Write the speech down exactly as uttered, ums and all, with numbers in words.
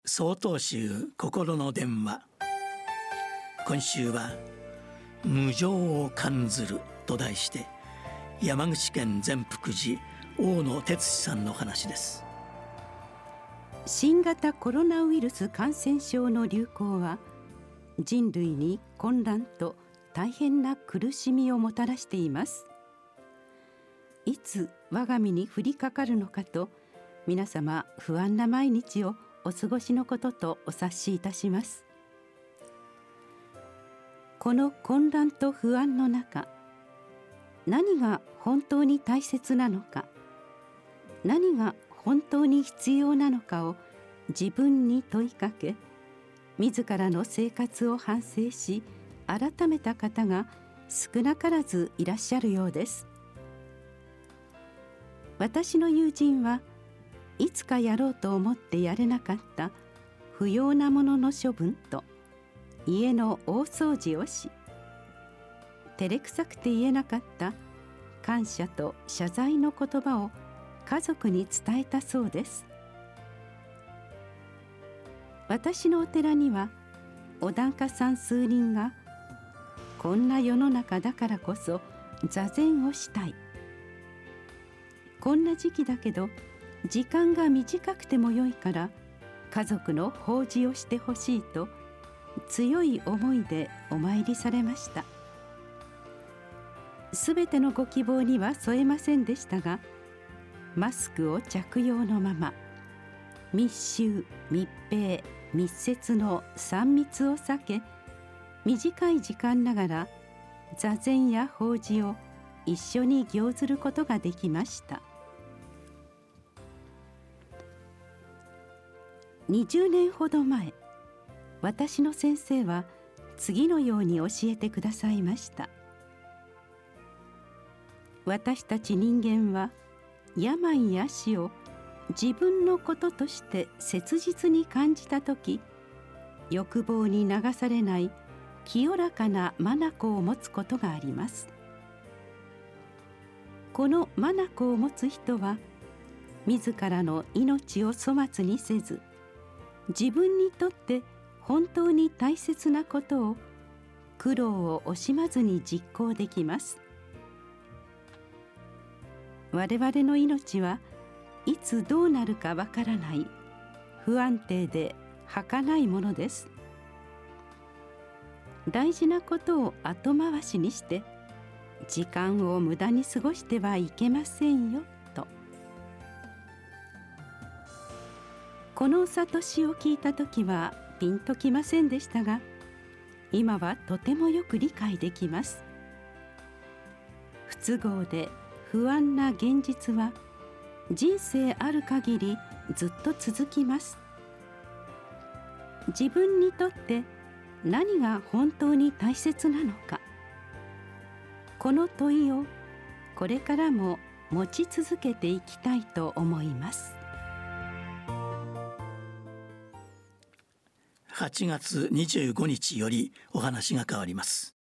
総統集心の電話。今週は無常を感ずると題して、山口県善福寺大野哲司さんの話です。 新型コロナウイルス感染症の流行は人類に混乱と大変な苦しみをもたらしています。いつ我が身に降りかかるのかと、皆様不安な毎日をお過ごしのこととお察しいたします。この混乱と不安の中、何が本当に大切なのか、何が本当に必要なのかを自分に問いかけ、自らの生活を反省し改めた方が少なからずいらっしゃるようです。私の友人はいつかやろうと思ってやれなかった不要なものの処分と家の大掃除をし、照れくさくて言えなかった感謝と謝罪の言葉を家族に伝えたそうです。私のお寺にはお檀家さん数人が、こんな世の中だからこそ座禅をしたい、こんな時期だけど時間が短くてもよいから家族の法事をしてほしいと強い思いでお参りされました。すべてのご希望には添えませんでしたが、マスクを着用のまま密集密閉密接のさん密を避け、短い時間ながら座禅や法事を一緒に行ずることができました。にじゅうねんほど前、私の先生は次のように教えてくださいました。私たち人間は病や死を自分のこととして切実に感じたとき、欲望に流されない清らかな眼を持つことがあります。この眼を持つ人は、自らの命を粗末にせず、自分にとって本当に大切なことを苦労を惜しまずに実行できます。我々の命はいつどうなるかわからない不安定で儚いものです。大事なことを後回しにして時間を無駄に過ごしてはいけませんよと。この悟しを聞いたときはピンときませんでしたが、今はとてもよく理解できます。不都合で不安な現実は人生ある限りずっと続きます。自分にとって何が本当に大切なのか、この問いをこれからも持ち続けていきたいと思います。 はちがつにじゅうごにちよりお話が変わります。